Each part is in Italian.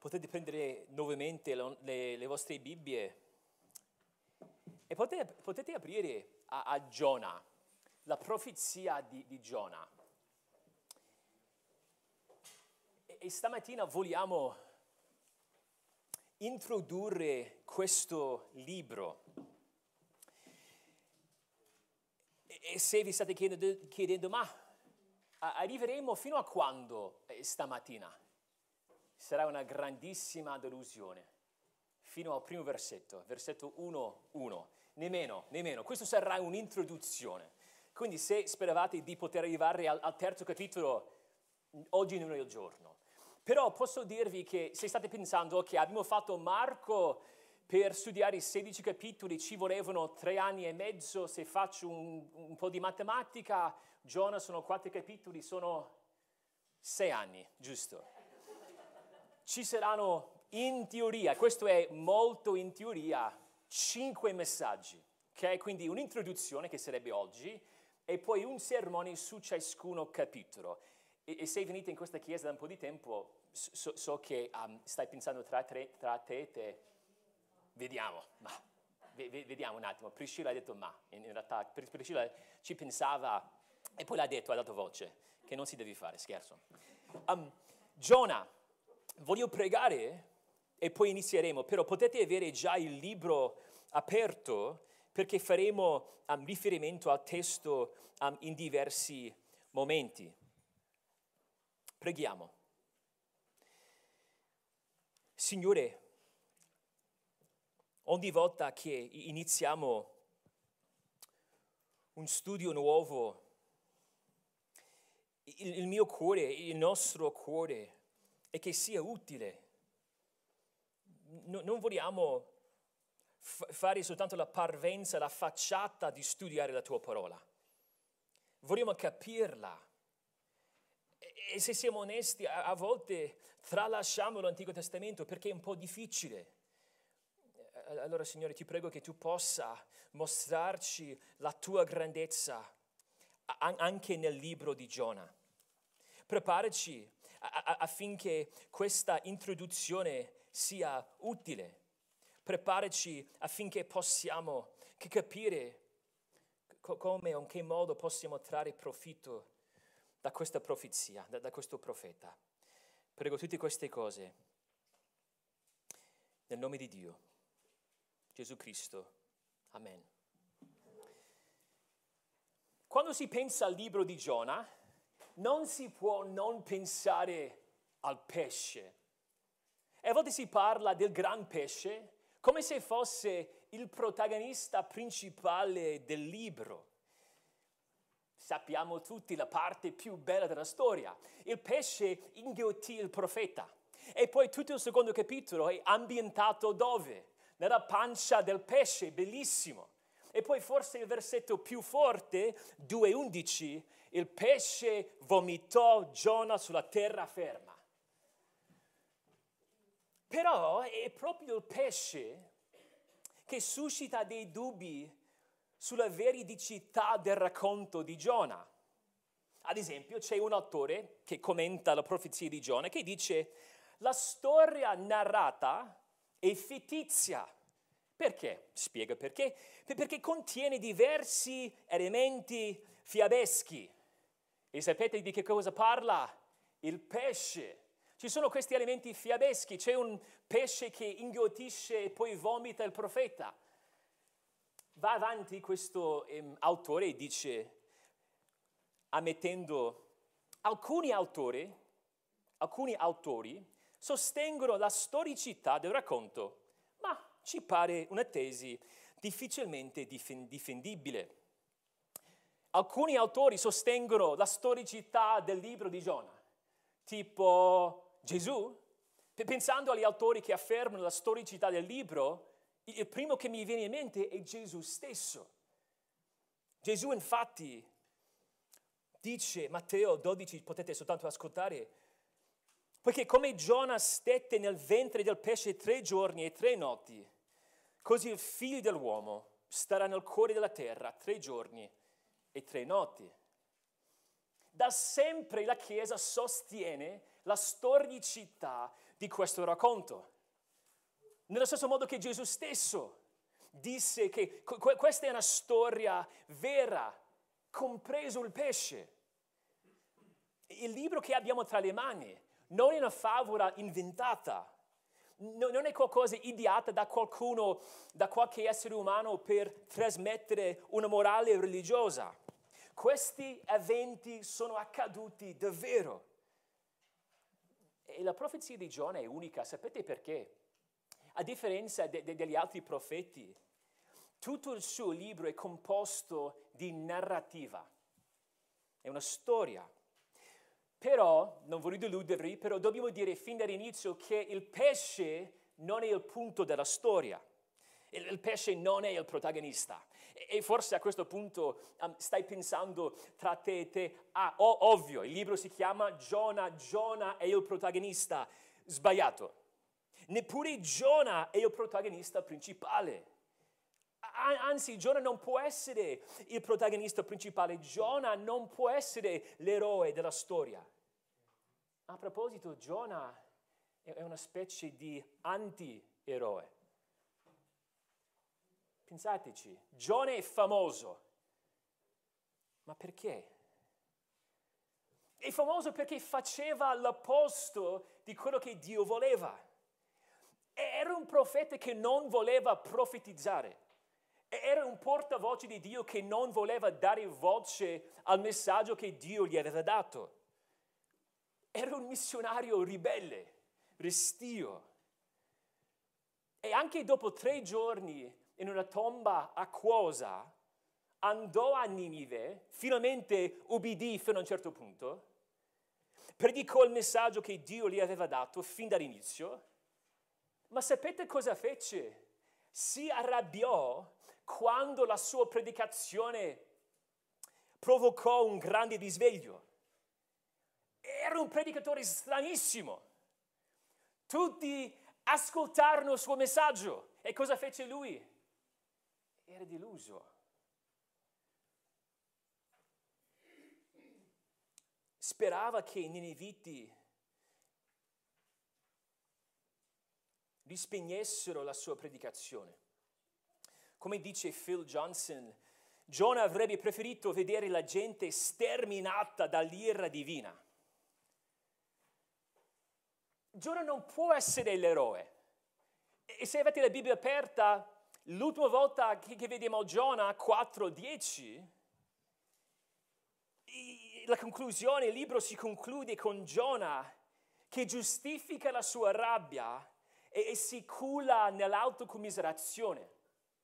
Potete prendere nuovamente le vostre Bibbie e potete aprire a Giona, la profezia di Giona. E stamattina vogliamo introdurre questo libro. E se vi state chiedendo, ma arriveremo fino a quando stamattina? Sarà una grandissima delusione, fino al primo versetto 1:1, nemmeno. Questo sarà un'introduzione. Quindi se speravate di poter arrivare al terzo capitolo, oggi non è il giorno. Però posso dirvi che se state pensando che abbiamo fatto Marco per studiare i 16 capitoli, ci volevano 3 anni e mezzo, se faccio un po' di matematica, Giona sono 4 capitoli, sono 6 anni, giusto? Ci saranno in teoria, questo è molto in teoria, 5 messaggi, ok? Quindi un'introduzione che sarebbe oggi e poi un sermone su ciascuno capitolo. E se venite in questa chiesa da un po' di tempo, so che stai pensando tra te e te, vediamo un attimo. Priscilla ha detto ma, in realtà Priscilla ci pensava e poi l'ha detto, ha dato voce, che non si deve fare, scherzo. Giona, voglio pregare e poi inizieremo, però potete avere già il libro aperto perché faremo riferimento al testo in diversi momenti. Preghiamo. Signore, ogni volta che iniziamo un studio nuovo, il mio cuore, il nostro cuore, è che sia utile. Non vogliamo fare soltanto la parvenza, la facciata di studiare la tua parola. Vogliamo capirla. E se siamo onesti, a volte tralasciamo l'Antico Testamento perché è un po' difficile. Allora, Signore, ti prego che tu possa mostrarci la tua grandezza anche nel libro di Giona. Preparaci affinché questa introduzione sia utile. Preparaci affinché possiamo capire come o in che modo possiamo trarre profitto da questa profezia, da questo profeta. Prego tutte queste cose nel nome di Dio, Gesù Cristo. Amen. Quando si pensa al libro di Giona, non si può non pensare al pesce. E a volte si parla del gran pesce come se fosse il protagonista principale del libro. Sappiamo tutti la parte più bella della storia. Il pesce inghiottì il profeta. E poi tutto il secondo capitolo è ambientato dove? Nella pancia del pesce, bellissimo. E poi forse il versetto più forte, 2:11, il pesce vomitò Giona sulla terraferma. Però è proprio il pesce che suscita dei dubbi sulla veridicità del racconto di Giona. Ad esempio, c'è un autore che commenta la profezia di Giona che dice: la storia narrata è fittizia. Perché? Spiega perché. Perché contiene diversi elementi fiabeschi. E sapete di che cosa parla? Il pesce. Ci sono questi elementi fiabeschi. C'è un pesce che inghiotisce e poi vomita il profeta. Va avanti questo autore e dice, ammettendo, alcuni autori sostengono la storicità del racconto, ma ci pare una tesi difficilmente difendibile. Alcuni autori sostengono la storicità del libro di Giona, tipo Gesù. Pensando agli autori che affermano la storicità del libro, il primo che mi viene in mente è Gesù stesso. Gesù infatti dice, Matteo 12, potete soltanto ascoltare, poiché come Giona stette nel ventre del pesce 3 giorni e 3 notti, così il figlio dell'uomo starà nel cuore della terra 3 giorni e 3 notti. Da sempre la Chiesa sostiene la storicità di questo racconto. Nello stesso modo che Gesù stesso disse che questa è una storia vera, compreso il pesce. Il libro che abbiamo tra le mani non è una favola inventata, non è qualcosa ideata da qualcuno, da qualche essere umano per trasmettere una morale religiosa. Questi eventi sono accaduti davvero. E la profezia di Giona è unica, sapete perché? A differenza degli altri profeti, tutto il suo libro è composto di narrativa, è una storia. Però, non voglio deludervi, però dobbiamo dire fin dall'inizio che il pesce non è il punto della storia. Il pesce non è il protagonista. E forse a questo punto stai pensando tra te e te, ovvio, il libro si chiama Giona, Giona è il protagonista. Sbagliato. Neppure Giona è il protagonista principale. Anzi, Giona non può essere il protagonista principale. Giona non può essere l'eroe della storia. A proposito, Giona è una specie di anti-eroe. Pensateci, Giona è famoso. Ma perché? È famoso perché faceva l'opposto di quello che Dio voleva. Era un profeta che non voleva profetizzare. Era un portavoce di Dio che non voleva dare voce al messaggio che Dio gli aveva dato. Era un missionario ribelle, restio. E anche dopo 3 giorni in una tomba acquosa, andò a Ninive, finalmente ubbidì fino a un certo punto, predicò il messaggio che Dio gli aveva dato fin dall'inizio, ma sapete cosa fece? Si arrabbiò quando la sua predicazione provocò un grande risveglio. Era un predicatore stranissimo. Tutti ascoltarono il suo messaggio. E cosa fece lui? Era deluso. Sperava che i niniviti rispegnessero la sua predicazione. Come dice Phil Johnson, Giona avrebbe preferito vedere la gente sterminata dall'ira divina. Giona non può essere l'eroe. E se avete la Bibbia aperta, l'ultima volta che vediamo Giona 4:10, la conclusione, il libro si conclude con Giona che giustifica la sua rabbia e si culla nell'autocommiserazione.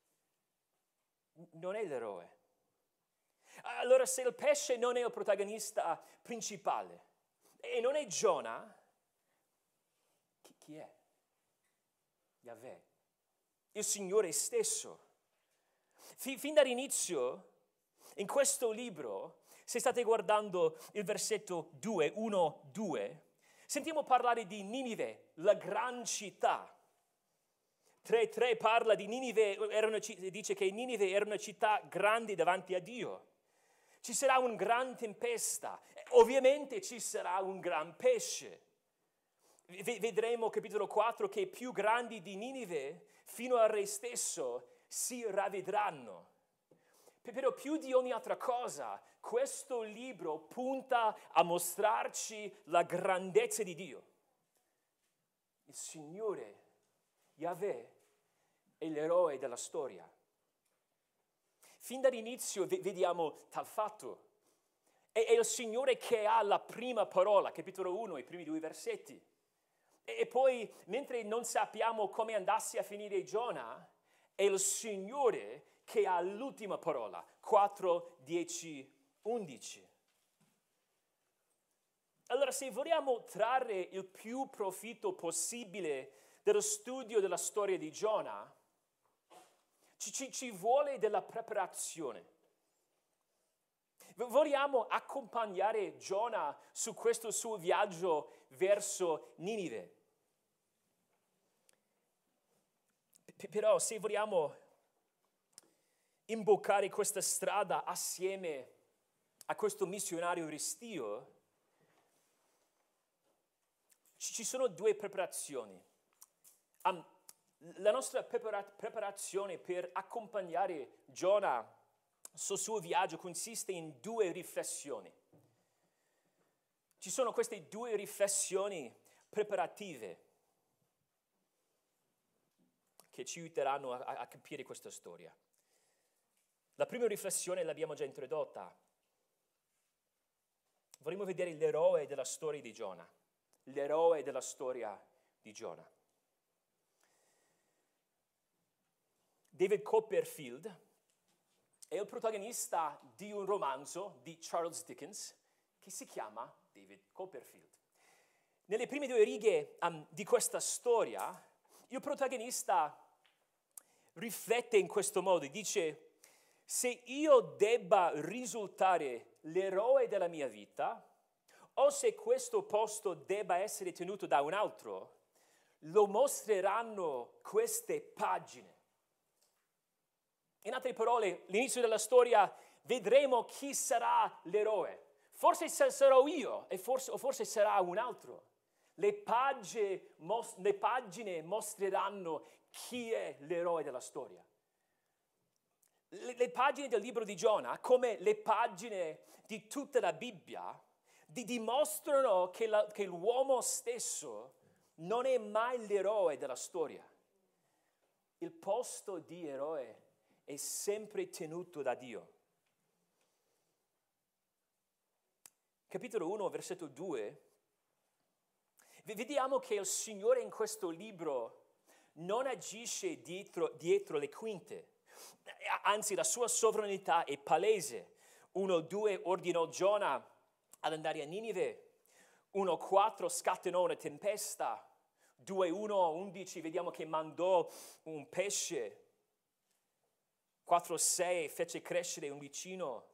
Non è l'eroe. Allora se il pesce non è il protagonista principale e non è Giona, chi è? Yahweh, il Signore stesso. Fin dall'inizio, in questo libro, se state guardando il versetto 2, 1, 2, sentiamo parlare di Ninive, la gran città. 3 parla di Ninive, dice che Ninive era una città grande davanti a Dio. Ci sarà una gran tempesta, ovviamente ci sarà un gran pesce. Vedremo capitolo 4 che i più grandi di Ninive fino al re stesso si ravvedranno. Però più di ogni altra cosa, questo libro punta a mostrarci la grandezza di Dio. Il Signore, Yahweh, è l'eroe della storia. Fin dall'inizio vediamo tal fatto. È il Signore che ha la prima parola, capitolo 1, i primi 2 versetti. E poi, mentre non sappiamo come andasse a finire Giona, è il Signore che ha l'ultima parola, 4, 10, 11. Allora, se vogliamo trarre il più profitto possibile dello studio della storia di Giona, ci vuole della preparazione. Vogliamo accompagnare Giona su questo suo viaggio verso Ninive. Però se vogliamo imboccare questa strada assieme a questo missionario restio, ci sono due preparazioni. La nostra preparazione per accompagnare Giona sul suo viaggio consiste in due riflessioni. Ci sono queste due riflessioni preparative che ci aiuteranno a capire questa storia. La prima riflessione l'abbiamo già introdotta. Vorremmo vedere l'eroe della storia di Giona. L'eroe della storia di Giona. David Copperfield è il protagonista di un romanzo di Charles Dickens che si chiama David Copperfield. Nelle prime due righe di questa storia, il protagonista riflette in questo modo, dice: se io debba risultare l'eroe della mia vita, o se questo posto debba essere tenuto da un altro, lo mostreranno queste pagine. In altre parole, all'inizio della storia vedremo chi sarà l'eroe. Forse sarò io, o forse sarà un altro. Le pagine mostreranno chi è l'eroe della storia. Le pagine del libro di Giona, come le pagine di tutta la Bibbia, dimostrano che l'uomo stesso non è mai l'eroe della storia. Il posto di eroe è sempre tenuto da Dio. Capitolo 1, versetto 2, vediamo che il Signore in questo libro non agisce dietro le quinte, anzi la sua sovranità è palese. 1:2 ordinò Giona ad andare a Ninive, 1:4 scatenò una tempesta, 2:1-11 vediamo che mandò un pesce, 4:6 fece crescere un vicino,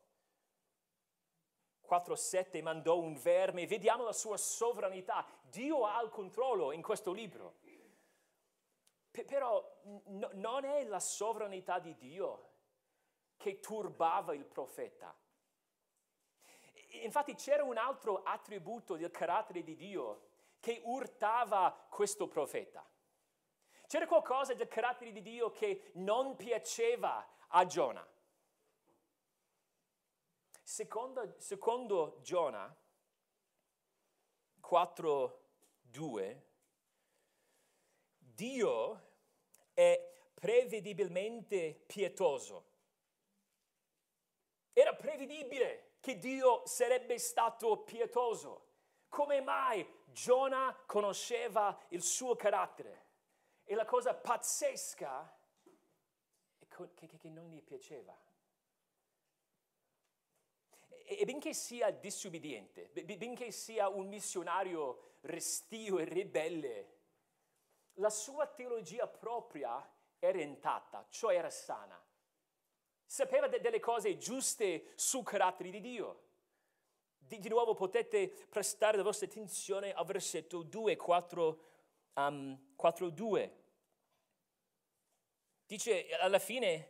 4:7 mandò un verme. Vediamo la sua sovranità. Dio ha il controllo in questo libro. Però non è la sovranità di Dio che turbava il profeta. Infatti c'era un altro attributo del carattere di Dio che urtava questo profeta. C'era qualcosa del carattere di Dio che non piaceva a Giona. Secondo Giona 4:2, Dio è prevedibilmente pietoso. Era prevedibile che Dio sarebbe stato pietoso. Come mai Giona conosceva il suo carattere? E la cosa pazzesca è che non gli piaceva. E benché sia disobbediente, benché sia un missionario restio e ribelle, la sua teologia propria era intatta, cioè era sana. Sapeva delle cose giuste sul carattere di Dio. Di nuovo potete prestare la vostra attenzione al versetto 2, 4:2. Dice alla fine: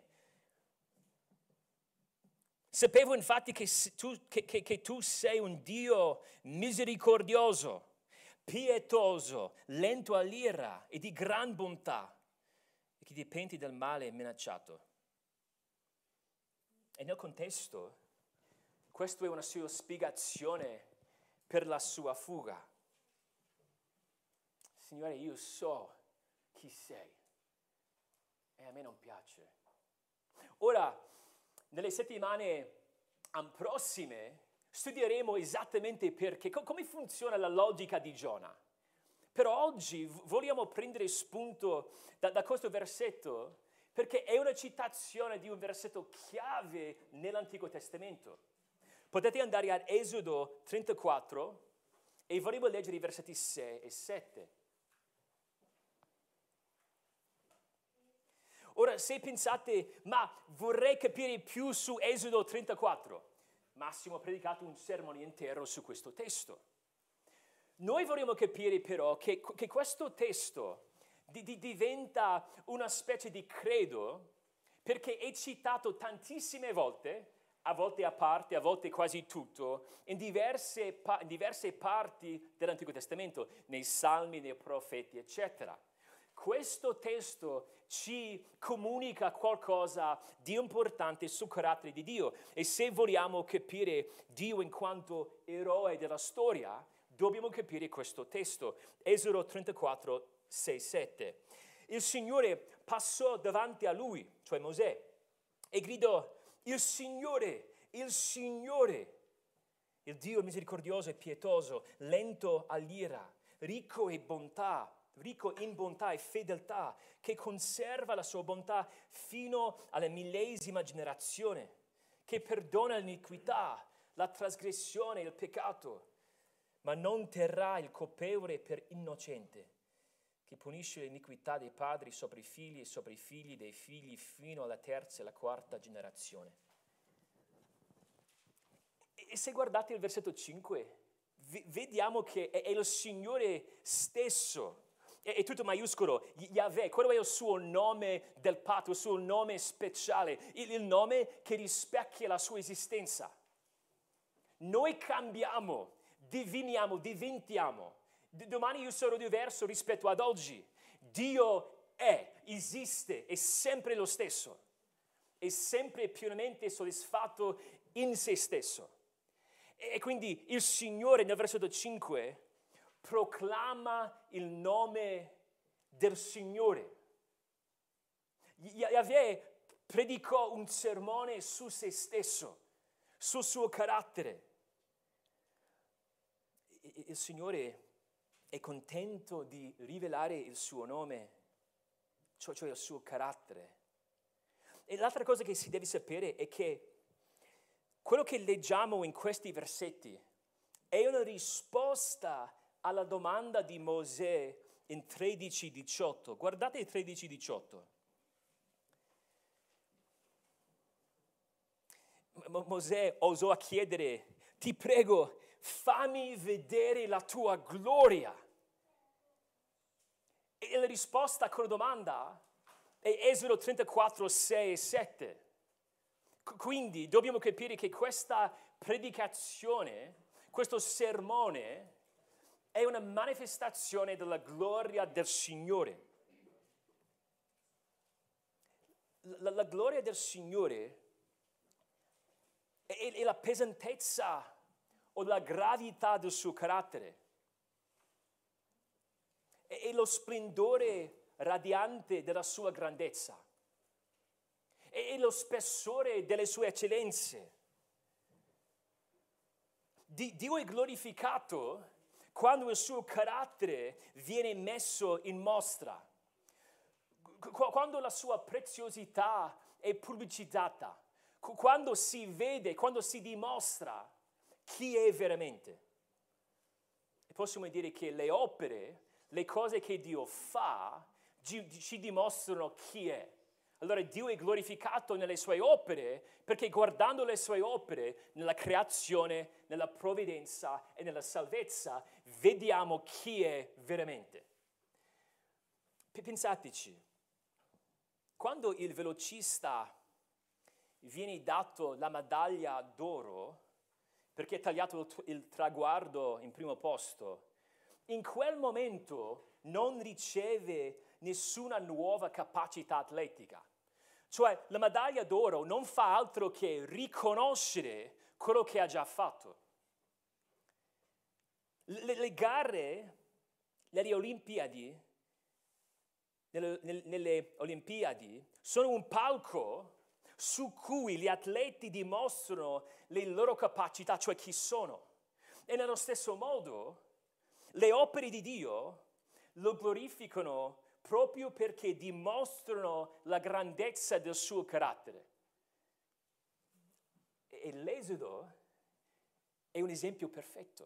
sapevo infatti che tu sei un Dio misericordioso, pietoso, lento all'ira e di gran bontà, e che ti penti del male minacciato. E nel contesto, questa è una sua spiegazione per la sua fuga. Signore, io so chi sei e a me non piace. Ora, nelle settimane prossime studieremo esattamente perché, come funziona la logica di Giona. Però oggi vogliamo prendere spunto da questo versetto perché è una citazione di un versetto chiave nell'Antico Testamento. Potete andare ad Esodo 34 e vorremmo leggere i versetti 6 e 7. Ora, se pensate, ma vorrei capire più su Esodo 34, Massimo ha predicato un sermone intero su questo testo. Noi vorremmo capire però che questo testo diventa una specie di credo perché è citato tantissime volte a volte a parte, a volte quasi tutto, in diverse parti dell'Antico Testamento, nei Salmi, nei Profeti, eccetera. Questo testo ci comunica qualcosa di importante sul carattere di Dio e se vogliamo capire Dio in quanto eroe della storia, dobbiamo capire questo testo. Esodo 34, 6, 7. Il Signore passò davanti a lui, cioè Mosè, e gridò: il Signore, il Dio misericordioso e pietoso, lento all'ira, ricco in bontà e fedeltà, che conserva la sua bontà fino alla 1000ª generazione, che perdona l'iniquità, la trasgressione e il peccato, ma non terrà il colpevole per innocente, che punisce l'iniquità dei padri sopra i figli e sopra i figli dei figli fino alla 3ª e alla 4ª generazione. E se guardate il versetto 5, vediamo che è il Signore stesso, è tutto maiuscolo, Yahweh, quello è il suo nome del patto, il suo nome speciale, il nome che rispecchia la sua esistenza. Noi cambiamo, diventiamo. Domani io sarò diverso rispetto ad oggi. Dio esiste, è sempre lo stesso, è sempre pienamente soddisfatto in se stesso. E quindi il Signore nel versetto 5 proclama il nome del Signore. Yahweh predicò un sermone su se stesso, sul suo carattere. Il Signore è contento di rivelare il suo nome, cioè il suo carattere. E l'altra cosa che si deve sapere è che quello che leggiamo in questi versetti è una risposta alla domanda di Mosè in 13:18. Guardate il 13:18. Mosè osò chiedere: ti prego, fammi vedere la tua gloria. E la risposta a quella domanda è Esodo 34, 6 e 7. Quindi dobbiamo capire che questa predicazione, questo sermone, è una manifestazione della gloria del Signore. La gloria del Signore è la pesantezza o la gravità del suo carattere. È lo splendore radiante della sua grandezza. È lo spessore delle sue eccellenze. Dio è glorificato quando il suo carattere viene messo in mostra, quando la sua preziosità è pubblicizzata, quando si vede, quando si dimostra chi è veramente. E possiamo dire che le opere, le cose che Dio fa, ci dimostrano chi è. Allora Dio è glorificato nelle sue opere perché guardando le sue opere, nella creazione, nella provvidenza e nella salvezza, vediamo chi è veramente. Pensateci, quando il velocista viene dato la medaglia d'oro perché ha tagliato il traguardo in primo posto, in quel momento non riceve nessuna nuova capacità atletica. Cioè la medaglia d'oro non fa altro che riconoscere quello che ha già fatto. Le gare, nelle Olimpiadi, sono un palco su cui gli atleti dimostrano le loro capacità, cioè chi sono. E nello stesso modo, le opere di Dio lo glorificano proprio perché dimostrano la grandezza del suo carattere. E l'Esodo è un esempio perfetto.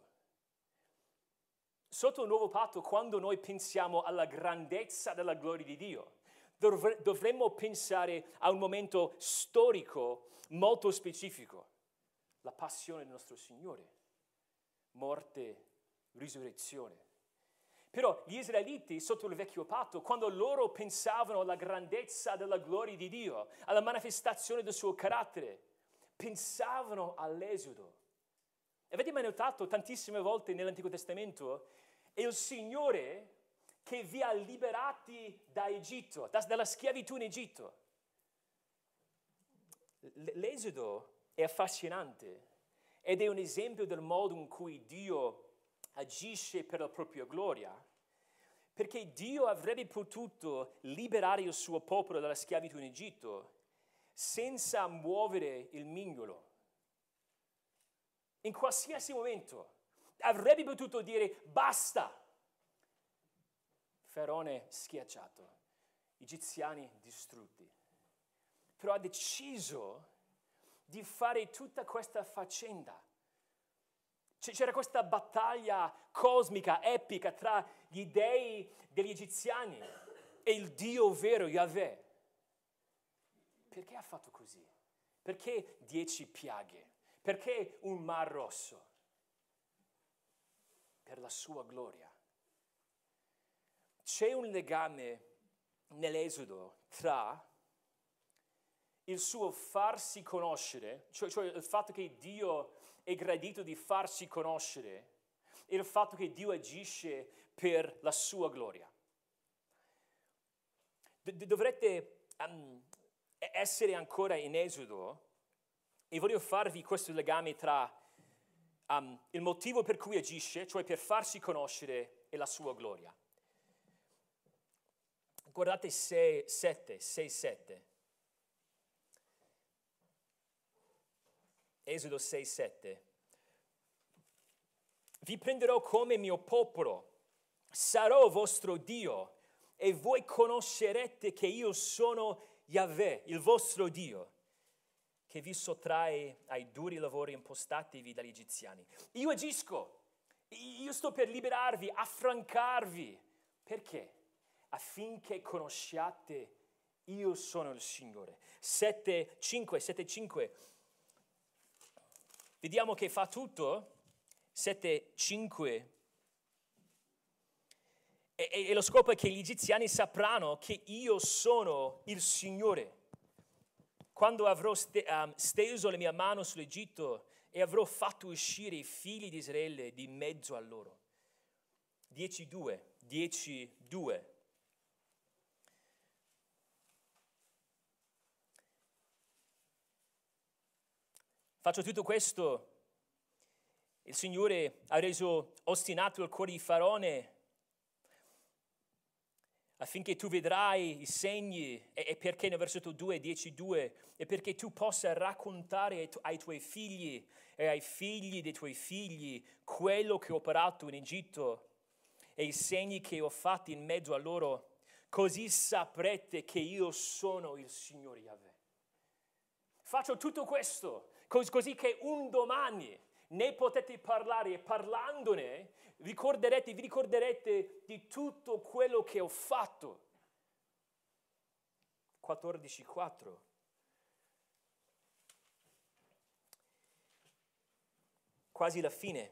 Sotto il nuovo patto, quando noi pensiamo alla grandezza della gloria di Dio, dovremmo pensare a un momento storico molto specifico, la passione del nostro Signore, morte, risurrezione. Però gli israeliti sotto il vecchio patto, quando loro pensavano alla grandezza della gloria di Dio, alla manifestazione del suo carattere, pensavano all'Esodo. Avete mai notato tantissime volte nell'Antico Testamento è il Signore che vi ha liberati da Egitto, dalla schiavitù in Egitto. L'Esodo è affascinante ed è un esempio del modo in cui Dio agisce per la propria gloria, perché Dio avrebbe potuto liberare il suo popolo dalla schiavitù in Egitto senza muovere il mignolo. In qualsiasi momento avrebbe potuto dire basta. Faraone schiacciato, egiziani distrutti. Però ha deciso di fare tutta questa faccenda. C'era questa battaglia cosmica, epica, tra gli dei degli egiziani e il Dio vero, Yahweh. Perché ha fatto così? Perché 10 piaghe? Perché un mar rosso? Per la sua gloria. C'è un legame nell'Esodo tra il suo farsi conoscere, cioè il fatto che Dio è gradito di farsi conoscere, e il fatto che Dio agisce per la sua gloria. Dovrete essere ancora in Esodo e voglio farvi questo legame tra il motivo per cui agisce, cioè per farsi conoscere, e la sua gloria. Guardate 6:7. Esodo 6:7. Vi prenderò come mio popolo, sarò vostro Dio e voi conoscerete che io sono Yahweh, il vostro Dio, che vi sottrae ai duri lavori impostatevi dagli egiziani. Io agisco, io sto per liberarvi, affrancarvi. Perché? Affinché conosciate io sono il Signore. 7:5. Vediamo che fa tutto. 7:5. E lo scopo è che gli egiziani sapranno che io sono il Signore. Quando avrò steso la mia mano sull'Egitto e avrò fatto uscire i figli di Israele di mezzo a loro. 10:2. Faccio tutto questo. Il Signore ha reso ostinato il cuore di Faraone affinché tu vedrai i segni, e perché nel versetto 2, 10:2, e perché tu possa raccontare ai tuoi figli e ai figli dei tuoi figli quello che ho operato in Egitto e i segni che ho fatti in mezzo a loro, così saprete che io sono il Signore Yahweh. Faccio tutto questo così che un domani ne potete parlare e parlandone vi ricorderete di tutto quello che ho fatto. 14:4. Quasi la fine.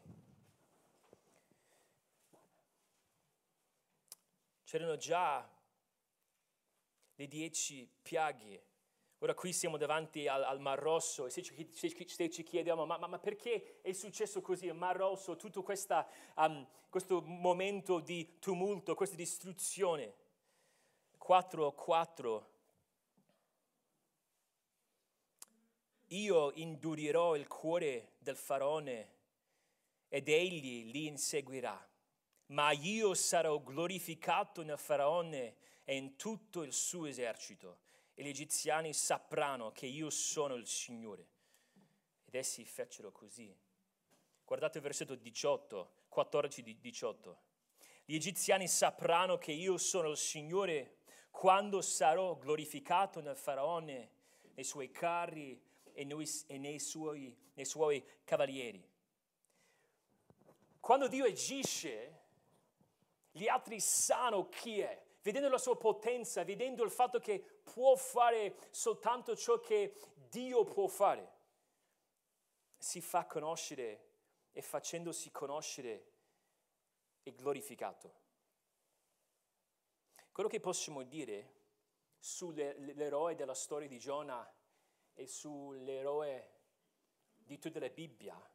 C'erano già le 10 piaghe. Ora qui siamo davanti al Mar Rosso e se ci chiediamo ma perché è successo così, il Mar Rosso, tutto questo momento di tumulto, questa distruzione. 4:4. Io indurirò il cuore del Faraone ed egli li inseguirà, ma io sarò glorificato nel Faraone e in tutto il suo esercito. E gli egiziani sapranno che io sono il Signore. Ed essi fecero così. Guardate il versetto 14-18. Gli egiziani sapranno che io sono il Signore quando sarò glorificato nel Faraone, nei suoi carri e nei suoi cavalieri. Quando Dio agisce, gli altri sanno chi è. Vedendo la sua potenza, vedendo il fatto che può fare soltanto ciò che Dio può fare, si fa conoscere e facendosi conoscere è glorificato. Quello che possiamo dire sull'eroe della storia di Giona e sull'eroe di tutta la Bibbia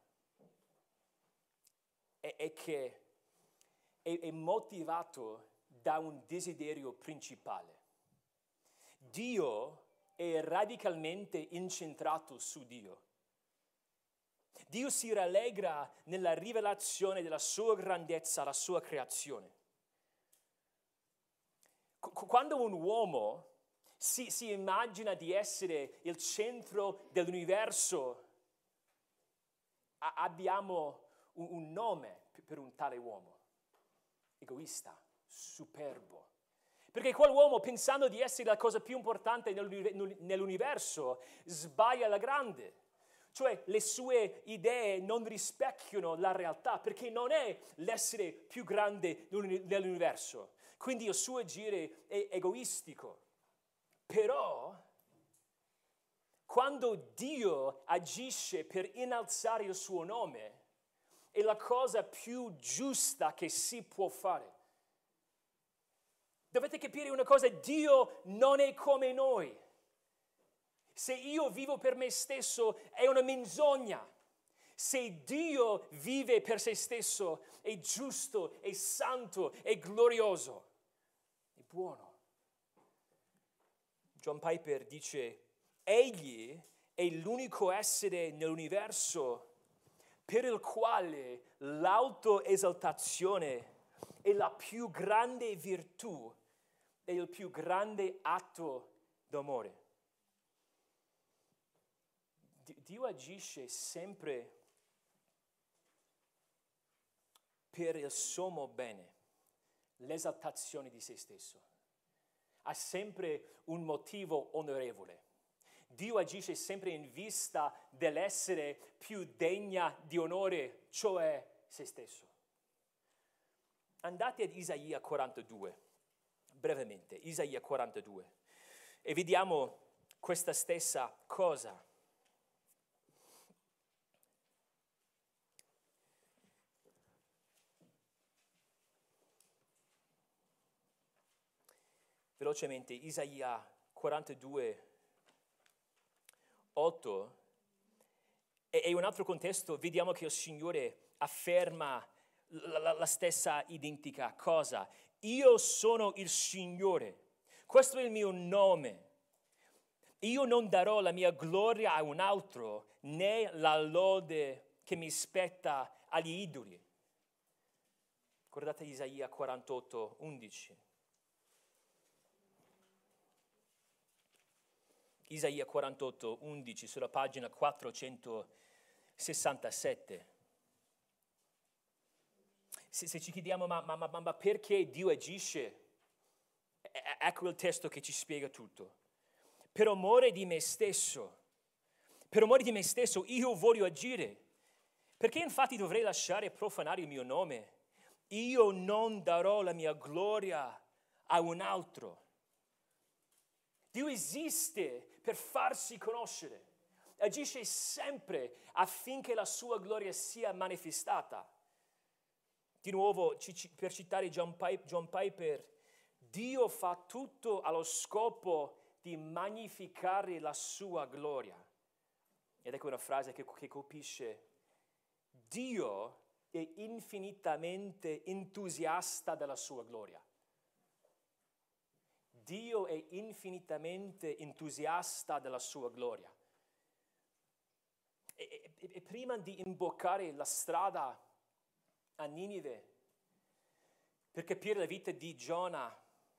è che è motivato da un desiderio principale. Dio è radicalmente incentrato su Dio. Dio si rallegra nella rivelazione della sua grandezza alla sua creazione. Quando un uomo si immagina di essere il centro dell'universo, abbiamo un nome per un tale uomo: egoista, superbo. Perché quell'uomo, pensando di essere la cosa più importante nell'universo, sbaglia alla grande. Cioè le sue idee non rispecchiano la realtà, perché non è l'essere più grande dell'universo. Quindi il suo agire è egoistico. Però, quando Dio agisce per innalzare il suo nome, è la cosa più giusta che si può fare. Dovete capire una cosa: Dio non è come noi. Se io vivo per me stesso è una menzogna. Se Dio vive per se stesso è giusto, è santo, è glorioso, è buono. John Piper dice: egli è l'unico essere nell'universo per il quale l'autoesaltazione è la più grande virtù e il più grande atto d'amore. Dio agisce sempre per il sommo bene, l'esaltazione di se stesso. Ha sempre un motivo onorevole. Dio agisce sempre in vista dell'essere più degna di onore, cioè se stesso. Andate ad Isaia 42, brevemente, Isaia 42, e vediamo questa stessa cosa. Velocemente, Isaia 42, 8, e in un altro contesto vediamo che il Signore afferma la stessa identica cosa. Io sono il Signore, questo è il mio nome. Io non darò la mia gloria a un altro, né la lode che mi spetta agli idoli. Guardate Isaia 48, 11. Isaia 48, 11, sulla pagina 467. Se ci chiediamo, ma perché Dio agisce? Ecco il testo che ci spiega tutto. Per amore di me stesso io voglio agire. Perché infatti dovrei lasciare profanare il mio nome? Io non darò la mia gloria a un altro. Dio esiste per farsi conoscere. Agisce sempre affinché la sua gloria sia manifestata. Di nuovo, per citare John Piper, Dio fa tutto allo scopo di magnificare la sua gloria. Ed ecco una frase che colpisce. Dio è infinitamente entusiasta della sua gloria. Dio è infinitamente entusiasta della sua gloria. E prima di imboccare la strada a Ninive, per capire la vita di Giona,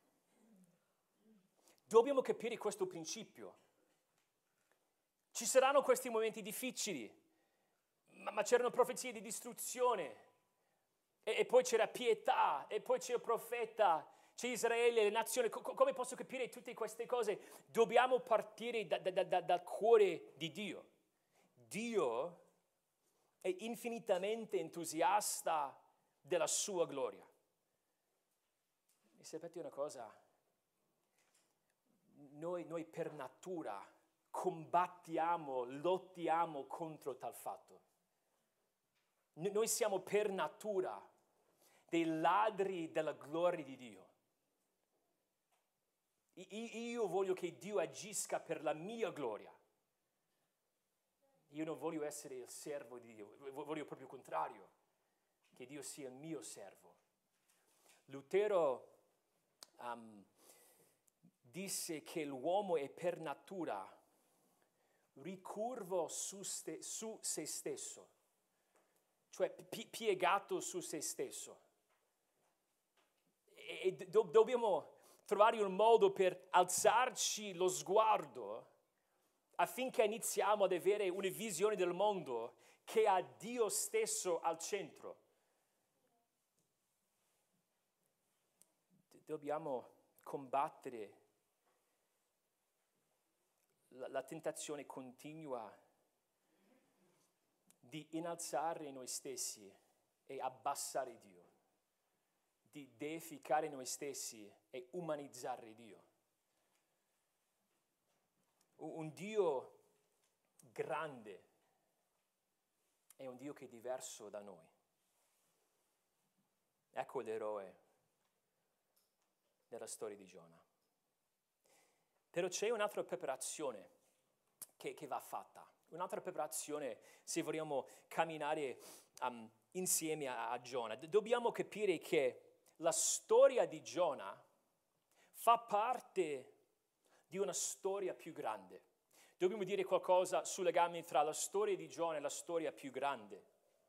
dobbiamo capire questo principio. Ci saranno questi momenti difficili, ma c'erano profezie di distruzione, e poi c'era pietà, e poi c'è il profeta, c'è Israele, le nazioni. Come posso capire tutte queste cose? Dobbiamo partire dal cuore di Dio. Dio è infinitamente entusiasta della sua gloria. E sapete una cosa? Noi per natura combattiamo, lottiamo contro tal fatto. Noi siamo per natura dei ladri della gloria di Dio. Io voglio che Dio agisca per la mia gloria. Io non voglio essere il servo di Dio, voglio proprio il contrario, che Dio sia il mio servo. Lutero disse che l'uomo è per natura ricurvo su se stesso, cioè piegato su se stesso. E dobbiamo trovare un modo per alzarci lo sguardo affinché iniziamo ad avere una visione del mondo che ha Dio stesso al centro. Dobbiamo combattere la tentazione continua di innalzare noi stessi e abbassare Dio, di deificare noi stessi e umanizzare Dio. Un Dio grande è un Dio che è diverso da noi. Ecco l'eroe della storia di Giona. Però c'è un'altra preparazione che va fatta, un'altra preparazione se vogliamo camminare insieme a Giona. Dobbiamo capire che la storia di Giona fa parte di una storia più grande. Dobbiamo dire qualcosa sul legame tra la storia di Giona e la storia più grande.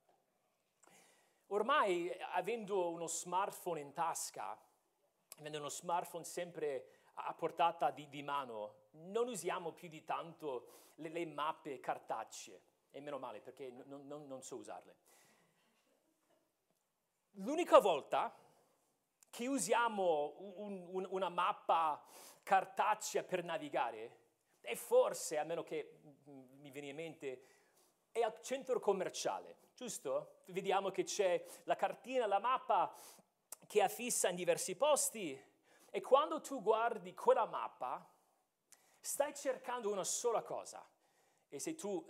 Ormai, avendo uno smartphone in tasca, avendo uno smartphone sempre a portata di mano, non usiamo più di tanto le mappe cartacee, e meno male perché non so usarle. L'unica volta che usiamo una mappa cartacea per navigare, e forse, a meno che mi viene in mente, è al centro commerciale, giusto? Vediamo che c'è la cartina, la mappa che è affissa in diversi posti, e quando tu guardi quella mappa stai cercando una sola cosa, e se tu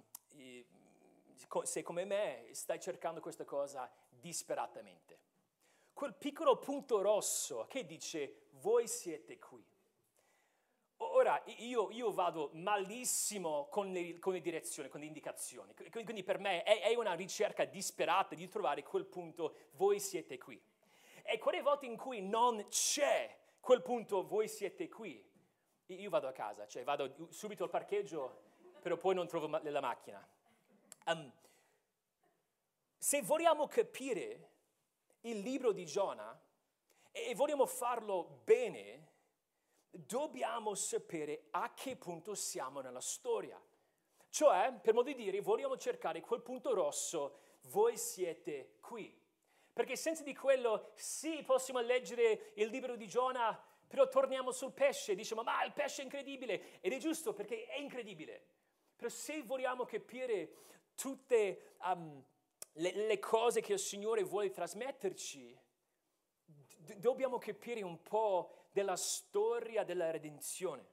sei come me stai cercando questa cosa disperatamente. Quel piccolo punto rosso che dice voi siete qui. Ora, io vado malissimo con le direzioni, con le indicazioni, quindi per me è una ricerca disperata di trovare quel punto, voi siete qui. E quelle volte in cui non c'è quel punto, voi siete qui, io vado a casa, cioè vado subito al parcheggio, però poi non trovo la macchina. Se vogliamo capire il libro di Giona e vogliamo farlo bene, dobbiamo sapere a che punto siamo nella storia. Cioè, per modo di dire, vogliamo cercare quel punto rosso, voi siete qui. Perché senza di quello, sì, possiamo leggere il libro di Giona, però torniamo sul pesce, diciamo, ma il pesce è incredibile, ed è giusto perché è incredibile. Però se vogliamo capire tutte le cose che il Signore vuole trasmetterci, dobbiamo capire un po' della storia della redenzione.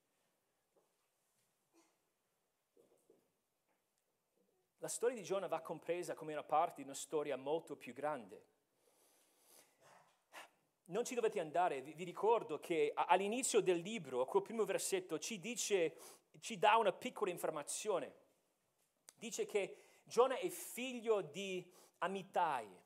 La storia di Giona va compresa come una parte di una storia molto più grande. Non ci dovete andare, vi ricordo che all'inizio del libro, quel primo versetto, ci dà una piccola informazione. Dice che Giona è figlio di Amittai.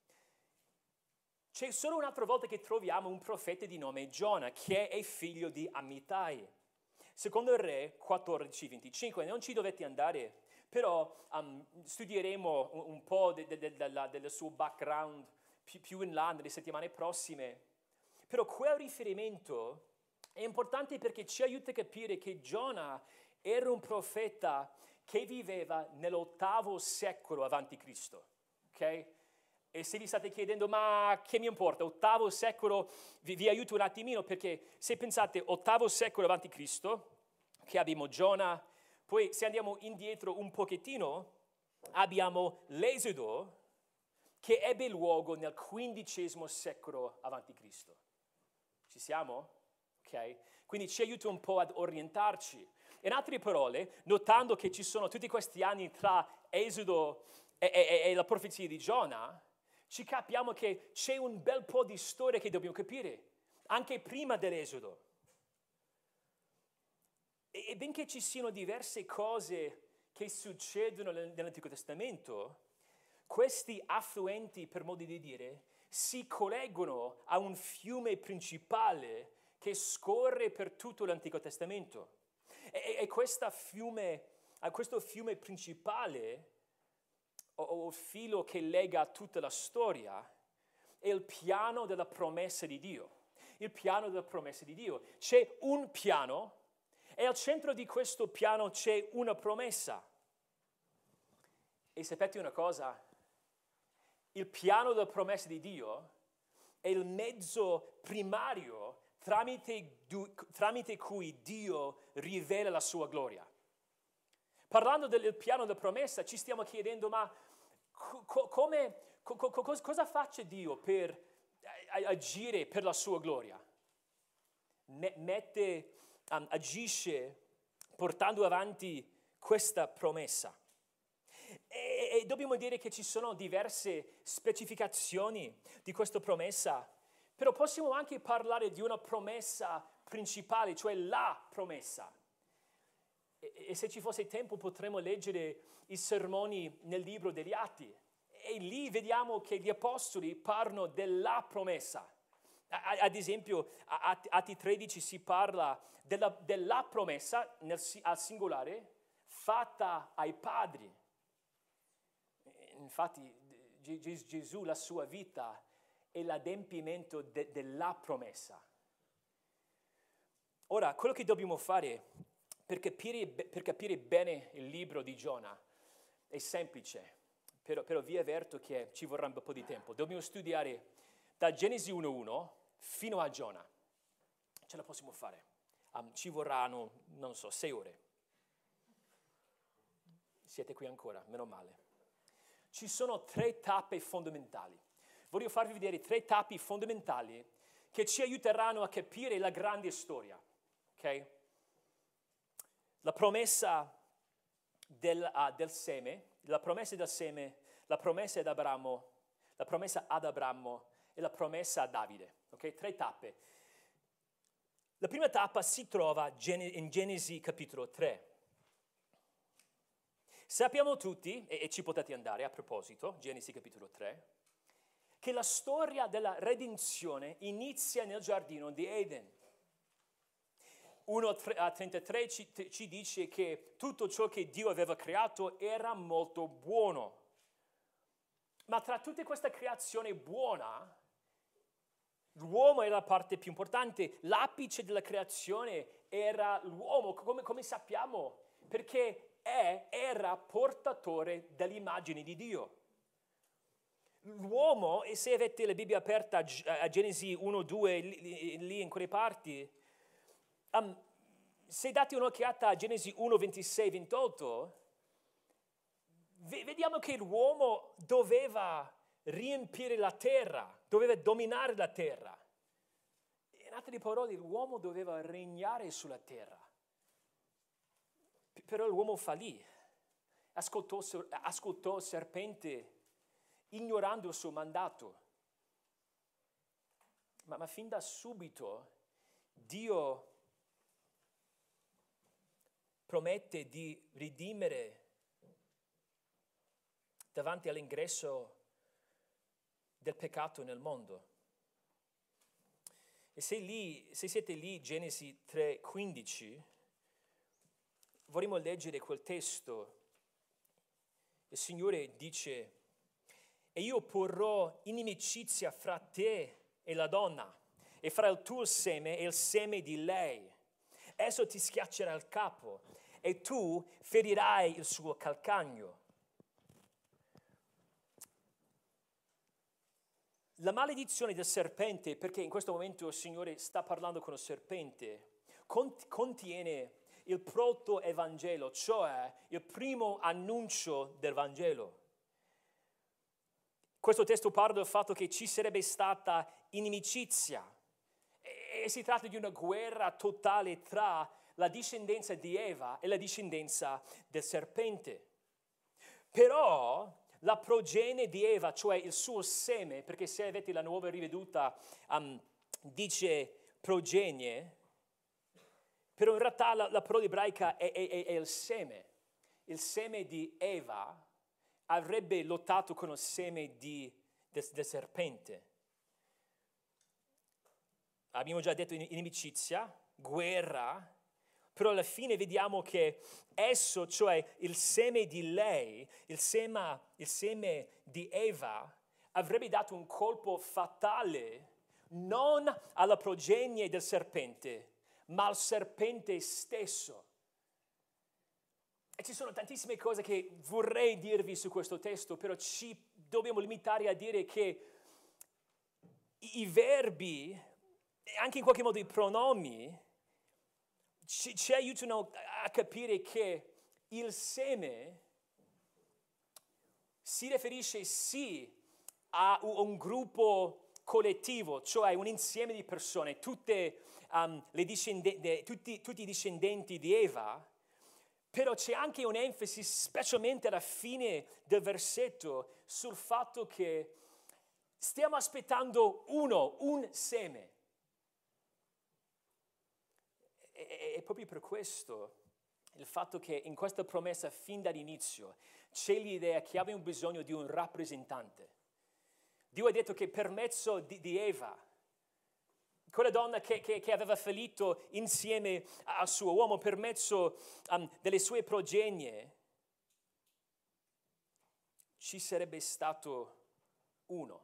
C'è solo un'altra volta che troviamo un profeta di nome Giona, che è figlio di Amittai. Secondo il Re 14:25, non ci dovete andare, però studieremo un po' del suo background più in là nelle settimane prossime. Però quel riferimento è importante perché ci aiuta a capire che Giona era un profeta che viveva nell'8° secolo avanti Cristo, ok? E se vi state chiedendo, ma che mi importa, 8° secolo, vi aiuto un attimino, perché se pensate 8° secolo avanti Cristo, che abbiamo Giona, poi se andiamo indietro un pochettino, abbiamo l'Esodo, che ebbe luogo nel 15° secolo avanti Cristo. Ci siamo? Ok? Quindi ci aiuta un po' ad orientarci. In altre parole, notando che ci sono tutti questi anni tra Esodo e la profezia di Giona, ci capiamo che c'è un bel po' di storia che dobbiamo capire, anche prima dell'Esodo. E benché ci siano diverse cose che succedono nell'Antico Testamento, questi affluenti, per modo di dire, si collegano a un fiume principale che scorre per tutto l'Antico Testamento. E questo fiume principale, o il filo che lega tutta la storia, è il piano della promessa di Dio. Il piano della promessa di Dio. C'è un piano e al centro di questo piano c'è una promessa. E sapete una cosa? Il piano della promessa di Dio è il mezzo primario tramite cui Dio rivela la sua gloria. Parlando del piano della promessa, ci stiamo chiedendo, ma cosa faccia Dio per agire per la sua gloria? Agisce portando avanti questa promessa. E dobbiamo dire che ci sono diverse specificazioni di questa promessa, però possiamo anche parlare di una promessa principale, cioè la promessa. E se ci fosse tempo potremmo leggere i sermoni nel libro degli Atti. E lì vediamo che gli apostoli parlano della promessa. Ad esempio, a Atti 13 si parla della promessa al singolare fatta ai padri. Infatti Gesù, la sua vita, è l'adempimento della promessa. Ora, quello che dobbiamo fare per capire bene il libro di Giona è semplice, però vi avverto che ci vorrà un po' di tempo. Dobbiamo studiare da Genesi 1:1 fino a Giona. Ce la possiamo fare. Ci vorranno, 6 ore. Siete qui ancora, meno male. Ci sono 3 tappe fondamentali. Voglio farvi vedere 3 tappe fondamentali che ci aiuteranno a capire la grande storia. Ok? La promessa del seme, la promessa del seme, la promessa ad Abramo, la promessa ad Abramo e la promessa a Davide. Ok? 3 tappe. La prima tappa si trova in Genesi capitolo 3. Sappiamo tutti, e ci potete andare a proposito, Genesi capitolo 3, che la storia della redenzione inizia nel giardino di Eden. 1:33 ci dice che tutto ciò che Dio aveva creato era molto buono. Ma tra tutta questa creazione buona, l'uomo era la parte più importante. L'apice della creazione era l'uomo, come sappiamo, perché era portatore dell'immagine di Dio. L'uomo, e se avete la Bibbia aperta a Genesi 1:2, lì in quelle parti, se date un'occhiata a Genesi 1:26-28, vediamo che l'uomo doveva riempire la terra, doveva dominare la terra. In altre parole, l'uomo doveva regnare sulla terra. Però l'uomo fallì, ascoltò il serpente ignorando il suo mandato. Ma fin da subito Dio promette di redimere davanti all'ingresso del peccato nel mondo. E se siete lì, Genesi 3:15, vorremmo leggere quel testo. Il Signore dice: e io porrò inimicizia fra te e la donna, e fra il tuo seme e il seme di lei. Esso ti schiaccerà il capo, e tu ferirai il suo calcagno. La maledizione del serpente, perché in questo momento il Signore sta parlando con il serpente, contiene il proto-evangelo, cioè il primo annuncio del Vangelo. Questo testo parla del fatto che ci sarebbe stata inimicizia e si tratta di una guerra totale tra la discendenza di Eva e la discendenza del serpente. Però la progenie di Eva, cioè il suo seme, perché se avete la nuova riveduta dice progenie, però in realtà la parola ebraica è il seme. il seme di Eva avrebbe lottato con il seme del serpente. Abbiamo già detto inimicizia, guerra, però alla fine vediamo che esso, cioè il seme di lei, il seme di Eva, avrebbe dato un colpo fatale non alla progenie del serpente, ma al serpente stesso. E ci sono tantissime cose che vorrei dirvi su questo testo, però ci dobbiamo limitare a dire che i verbi, e anche in qualche modo i pronomi, ci aiutano a capire che il seme si riferisce sì a un gruppo collettivo, cioè un insieme di persone, tutti i discendenti di Eva, però c'è anche un'enfasi, specialmente alla fine del versetto, sul fatto che stiamo aspettando un seme. E proprio per questo, il fatto che in questa promessa fin dall'inizio c'è l'idea che abbiamo bisogno di un rappresentante. Dio ha detto che per mezzo di Eva, quella donna che aveva fallito insieme al suo uomo, per mezzo delle sue progenie, ci sarebbe stato uno.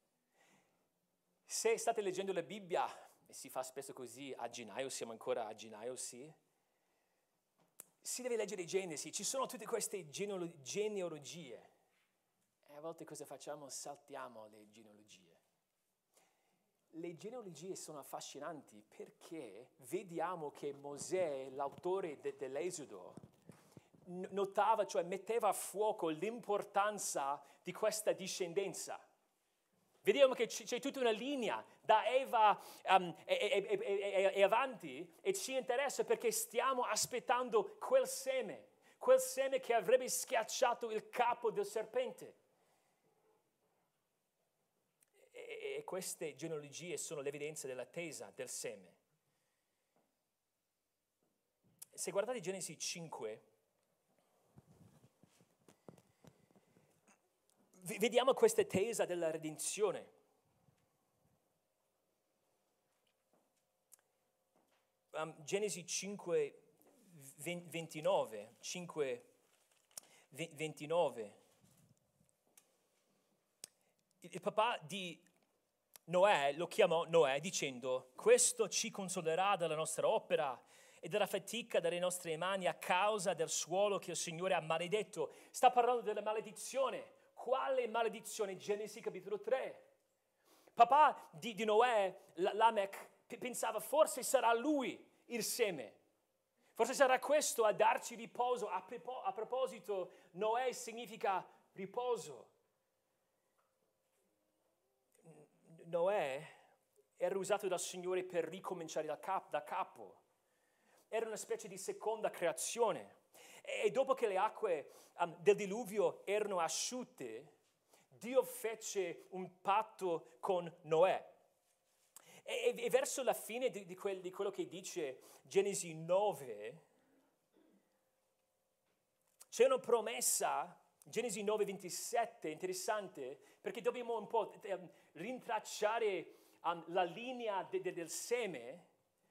Se state leggendo la Bibbia, e si fa spesso così a gennaio, siamo ancora a gennaio, sì, si deve leggere Genesi, ci sono tutte queste genealogie. E a volte cosa facciamo? Saltiamo le genealogie. Le genealogie sono affascinanti perché vediamo che Mosè, l'autore dell'Esodo, notava, cioè metteva a fuoco l'importanza di questa discendenza. Vediamo che c'è tutta una linea da Eva e avanti, e ci interessa perché stiamo aspettando quel seme che avrebbe schiacciato il capo del serpente. E queste genealogie sono l'evidenza dell'attesa del seme. Se guardate Genesi 5, vediamo questa attesa della redenzione. Genesi 5, 29, 5, 29. Il papà di Noè lo chiamò Noè dicendo: questo ci consolerà della nostra opera e della fatica delle nostre mani a causa del suolo che il Signore ha maledetto. Sta parlando della maledizione. Quale maledizione? Genesi capitolo 3. Papà di Noè, Lamech, pensava forse sarà lui il seme. Forse sarà questo a darci riposo. A proposito, Noè significa riposo. Noè era usato dal Signore per ricominciare da capo. Era una specie di seconda creazione. E dopo che le acque del diluvio erano asciutte, Dio fece un patto con Noè. E verso la fine di quello che dice Genesi 9, c'è una promessa, Genesi 9, 27, interessante, perché dobbiamo un po' rintracciare la linea del seme.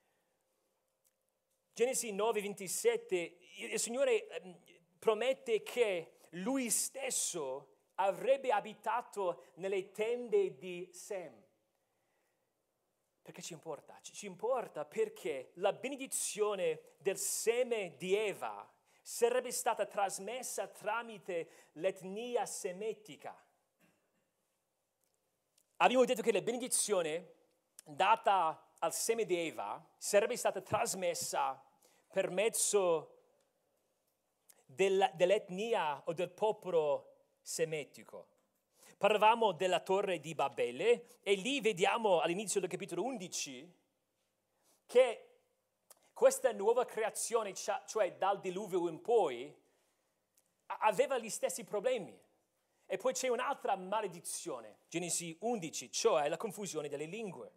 Genesi 9, 27, il Signore promette che Lui stesso avrebbe abitato nelle tende di Sem. Perché ci importa? Ci importa perché la benedizione del seme di Eva sarebbe stata trasmessa tramite l'etnia semitica. Abbiamo detto che la benedizione data al seme di Eva sarebbe stata trasmessa per mezzo dell'etnia o del popolo semitico. Parlavamo della torre di Babele e lì vediamo all'inizio del capitolo 11 che questa nuova creazione, cioè dal diluvio in poi, aveva gli stessi problemi. E poi c'è un'altra maledizione, Genesi 11, cioè la confusione delle lingue.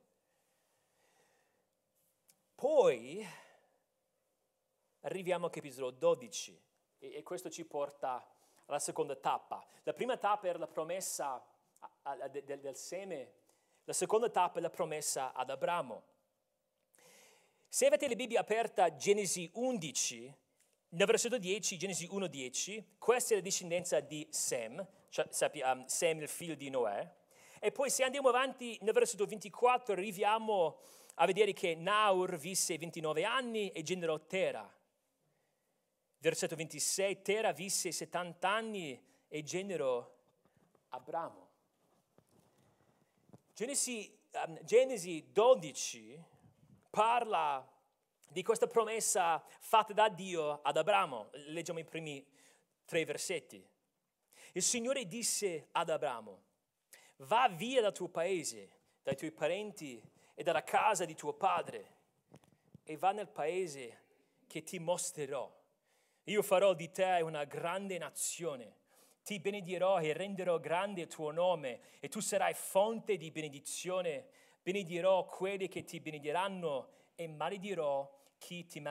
Poi arriviamo al capitolo 12. E questo ci porta alla seconda tappa. La prima tappa era la promessa del seme, la seconda tappa è la promessa ad Abramo. Se avete la Bibbia aperta a Genesi 11, nel versetto 10, Genesi 1:10, questa è la discendenza di Sem, cioè Sem il figlio di Noè. E poi se andiamo avanti nel versetto 24 arriviamo a vedere che Naor visse 29 anni e generò Tera. Versetto 26, Tera visse 70 anni e generò Abramo. Genesi 12 parla di questa promessa fatta da Dio ad Abramo. Leggiamo i primi 3 versetti. Il Signore disse ad Abramo: va via dal tuo paese, dai tuoi parenti e dalla casa di tuo padre e va nel paese che ti mostrerò. Io farò di te una grande nazione. Ti benedirò e renderò grande il tuo nome e tu sarai fonte di benedizione. Benedirò quelli che ti benediranno e maledirò chi ti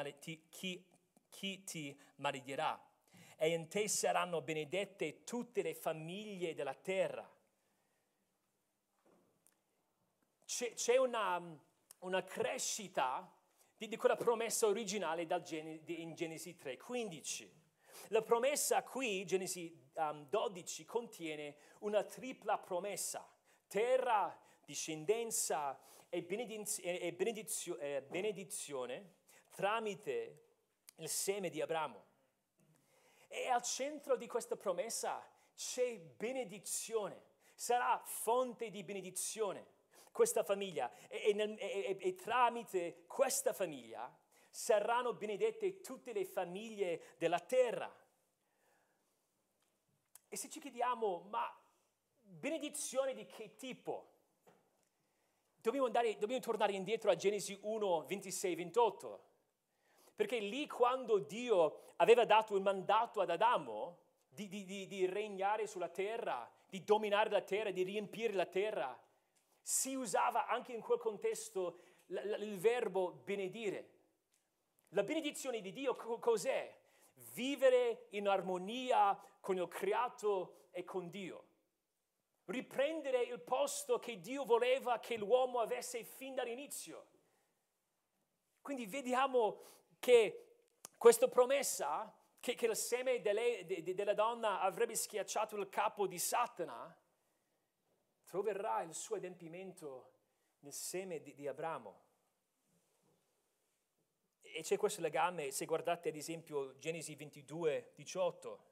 maledirà. E in te saranno benedette tutte le famiglie della terra. C'è una crescita di quella promessa originale in Genesi 3:15. La promessa qui, Genesi 12, contiene una tripla promessa: terra, discendenza e benedizione tramite il seme di Abramo. E al centro di questa promessa c'è benedizione. Sarà fonte di benedizione questa famiglia e tramite questa famiglia saranno benedette tutte le famiglie della terra. E se ci chiediamo, ma benedizione di che tipo? Dobbiamo tornare indietro a Genesi 1, 26, 28. Perché lì quando Dio aveva dato il mandato ad Adamo di regnare sulla terra, di dominare la terra, di riempire la terra, si usava anche in quel contesto il verbo benedire. La benedizione di Dio cos'è? Vivere in armonia con il creato e con Dio. Riprendere il posto che Dio voleva che l'uomo avesse fin dall'inizio. Quindi vediamo che questa promessa, che il seme della donna avrebbe schiacciato il capo di Satana, troverà il suo adempimento nel seme di Abramo. E c'è questo legame, se guardate ad esempio Genesi 22, 18.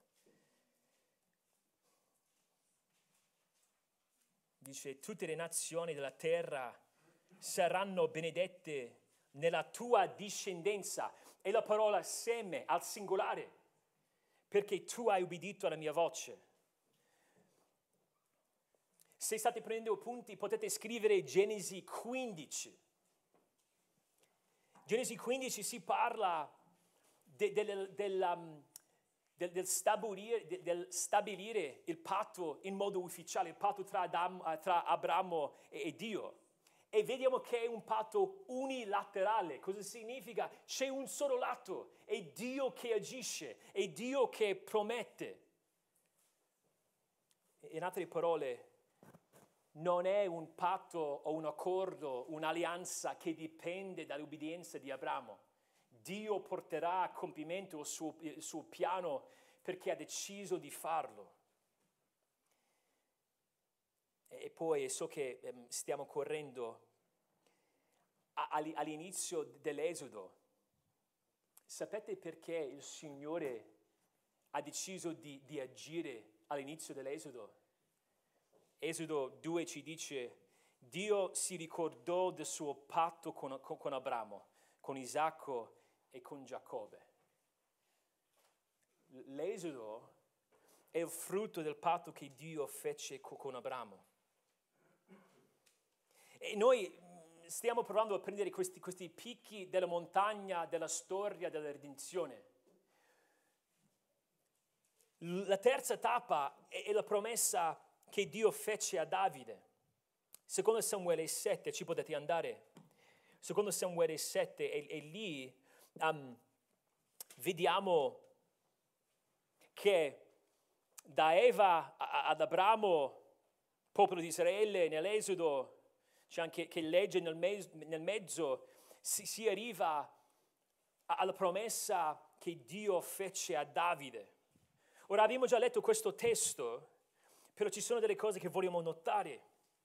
Dice: tutte le nazioni della terra saranno benedette nella tua discendenza. E la parola seme al singolare, perché tu hai ubbidito alla mia voce. Se state prendendo appunti potete scrivere Genesi 15. Genesi 15 si parla del stabilire il patto in modo ufficiale, il patto tra Abramo e Dio. E vediamo che è un patto unilaterale. Cosa significa? C'è un solo lato, è Dio che agisce, è Dio che promette. In altre parole, non è un patto o un accordo, un'alleanza che dipende dall'obbedienza di Abramo. Dio porterà a compimento il suo piano perché ha deciso di farlo. E poi so che stiamo correndo all'inizio dell'Esodo. Sapete perché il Signore ha deciso di agire all'inizio dell'Esodo? Esodo 2 ci dice: Dio si ricordò del suo patto con Abramo, con Isacco e con Giacobbe. L'Esodo è il frutto del patto che Dio fece con Abramo. E noi stiamo provando a prendere questi picchi della montagna, della storia, della redenzione. La terza tappa è la promessa che Dio fece a Davide. Secondo Samuele 7, ci potete andare. Secondo Samuele 7, e lì vediamo che da Eva ad Abramo, popolo di Israele, nell'Esodo, c'è anche che legge nel mezzo, si arriva alla promessa che Dio fece a Davide. Ora abbiamo già letto questo testo, però ci sono delle cose che vogliamo notare.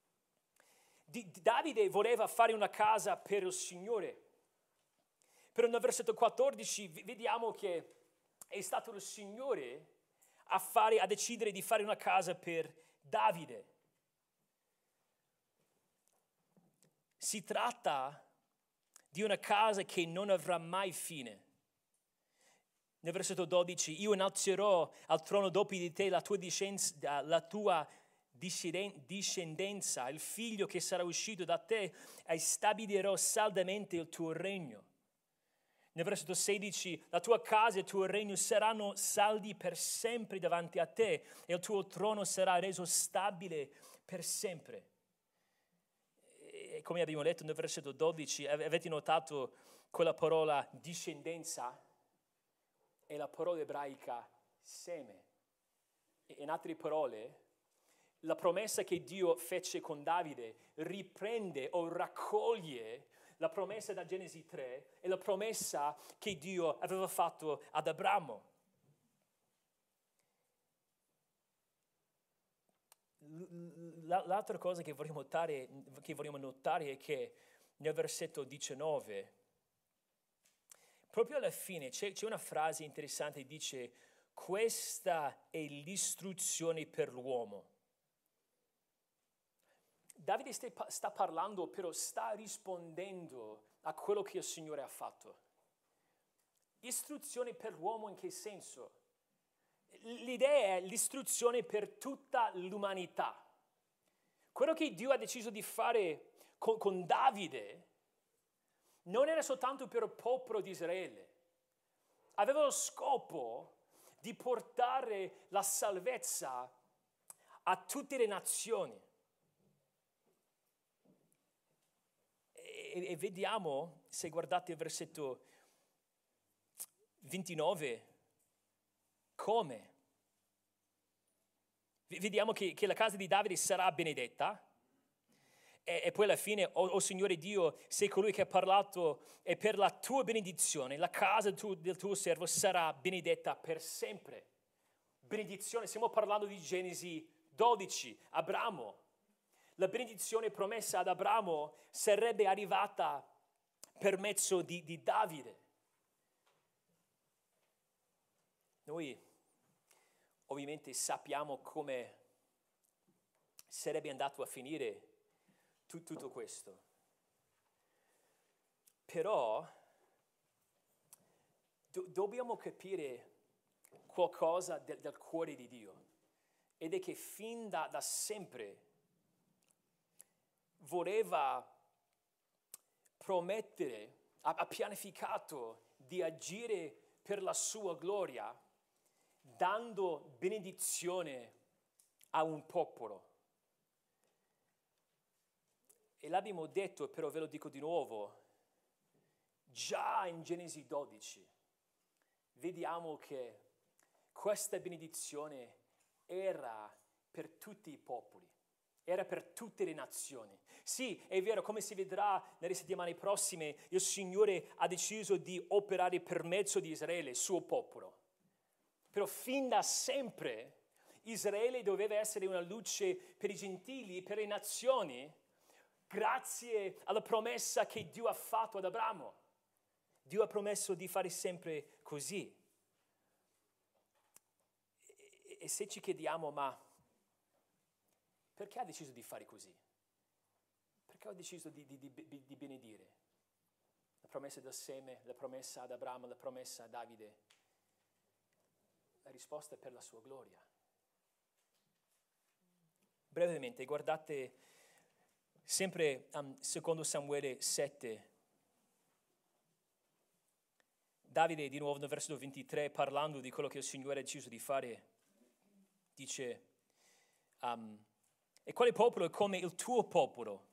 Davide voleva fare una casa per il Signore, però nel versetto 14 vediamo che è stato il Signore a decidere di fare una casa per Davide. Si tratta di una casa che non avrà mai fine. Nel versetto 12, io innalzerò al trono dopo di te la tua discendenza, il figlio che sarà uscito da te, e stabilirò saldamente il tuo regno. Nel versetto 16, la tua casa e il tuo regno saranno saldi per sempre davanti a te, e il tuo trono sarà reso stabile per sempre. E come abbiamo letto nel versetto 12, avete notato quella parola discendenza? È la parola ebraica seme. In altre parole, la promessa che Dio fece con Davide riprende o raccoglie la promessa da Genesi 3 e la promessa che Dio aveva fatto ad Abramo. L'altra cosa che vogliamo notare è che nel versetto 19, proprio alla fine c'è una frase interessante che dice: questa è l'istruzione per l'uomo. Davide sta parlando, però sta rispondendo a quello che il Signore ha fatto. Istruzione per l'uomo in che senso? L'idea è l'istruzione per tutta l'umanità. Quello che Dio ha deciso di fare con Davide non era soltanto per il popolo di Israele. Aveva lo scopo di portare la salvezza a tutte le nazioni. E vediamo, se guardate il versetto 29, come. Vediamo che la casa di Davide sarà benedetta, e poi alla fine, o Signore Dio, sei colui che ha parlato, e per la tua benedizione la casa del tuo servo sarà benedetta per sempre. Benedizione, stiamo parlando di Genesi 12, Abramo. La benedizione promessa ad Abramo sarebbe arrivata per mezzo di Davide. Noi ovviamente sappiamo come sarebbe andato a finire tutto questo. Però dobbiamo capire qualcosa del cuore di Dio, ed è che fin da sempre voleva promettere, ha pianificato di agire per la sua gloria, dando benedizione a un popolo. E l'abbiamo detto, però ve lo dico di nuovo, già in Genesi 12 vediamo che questa benedizione era per tutti i popoli, era per tutte le nazioni. Sì, è vero, come si vedrà nelle settimane prossime, il Signore ha deciso di operare per mezzo di Israele, il suo popolo. Però fin da sempre Israele doveva essere una luce per i gentili, per le nazioni, grazie alla promessa che Dio ha fatto ad Abramo. Dio ha promesso di fare sempre così. E se ci chiediamo, ma perché ha deciso di fare così? Perché ha deciso di benedire? La promessa del seme, la promessa ad Abramo, la promessa a Davide. La risposta è per la sua gloria. Brevemente, guardate sempre secondo Samuele 7. Davide, di nuovo nel versetto 23, parlando di quello che il Signore ha deciso di fare, dice: e quale popolo è come il tuo popolo?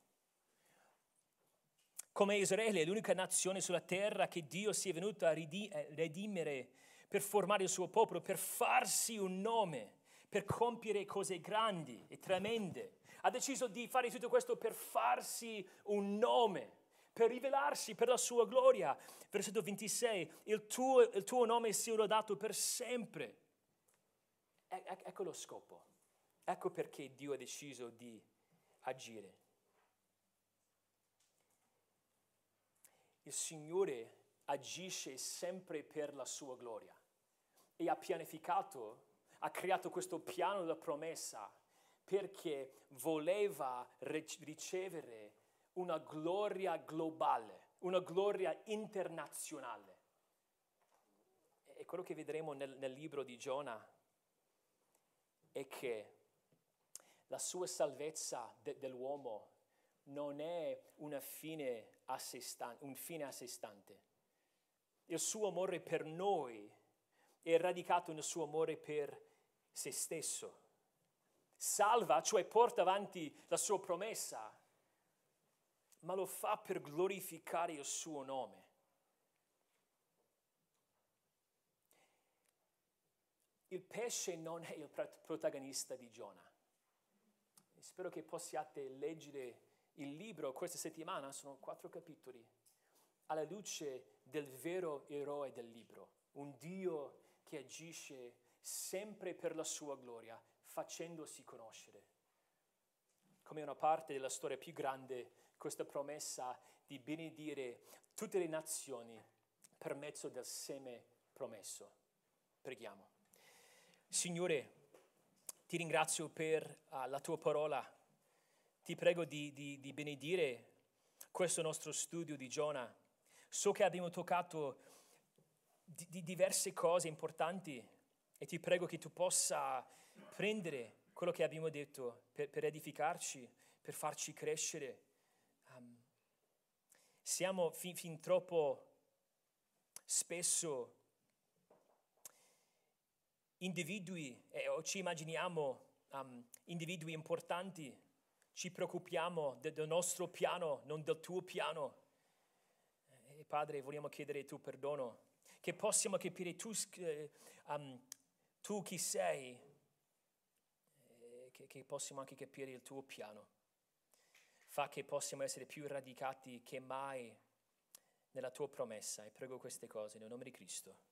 Come Israele, l'unica nazione sulla terra che Dio sia venuto a redimere per formare il suo popolo, per farsi un nome, per compiere cose grandi e tremende. Ha deciso di fare tutto questo per farsi un nome, per rivelarsi per la sua gloria. Versetto 26, il tuo nome sia lodato per sempre. Ecco lo scopo. Ecco perché Dio ha deciso di agire. Il Signore agisce sempre per la sua gloria e ha pianificato, ha creato questo piano della promessa perché voleva ricevere una gloria globale, una gloria internazionale. E quello che vedremo nel libro di Giona è che la sua salvezza dell'uomo non è un fine a sé stante. Il suo amore per noi è radicato nel suo amore per se stesso. Salva, cioè porta avanti la sua promessa, ma lo fa per glorificare il suo nome. Il pesce non è il protagonista di Giona. Spero che possiate leggere il libro questa settimana, sono 4 capitoli, alla luce del vero eroe del libro, un Dio che agisce sempre per la sua gloria, facendosi conoscere. Come una parte della storia più grande, questa promessa di benedire tutte le nazioni per mezzo del seme promesso. Preghiamo. Signore, ti ringrazio per la tua parola. Ti prego di benedire questo nostro studio di Giona. So che abbiamo toccato di diverse cose importanti e ti prego che tu possa prendere quello che abbiamo detto per edificarci, per farci crescere. Siamo fin troppo spesso individui, o ci immaginiamo individui importanti, ci preoccupiamo del nostro piano, non del tuo piano. E Padre, vogliamo chiedere il tuo perdono, che possiamo capire tu chi sei, che possiamo anche capire il tuo piano. Fa che possiamo essere più radicati che mai nella tua promessa. E prego queste cose nel nome di Cristo.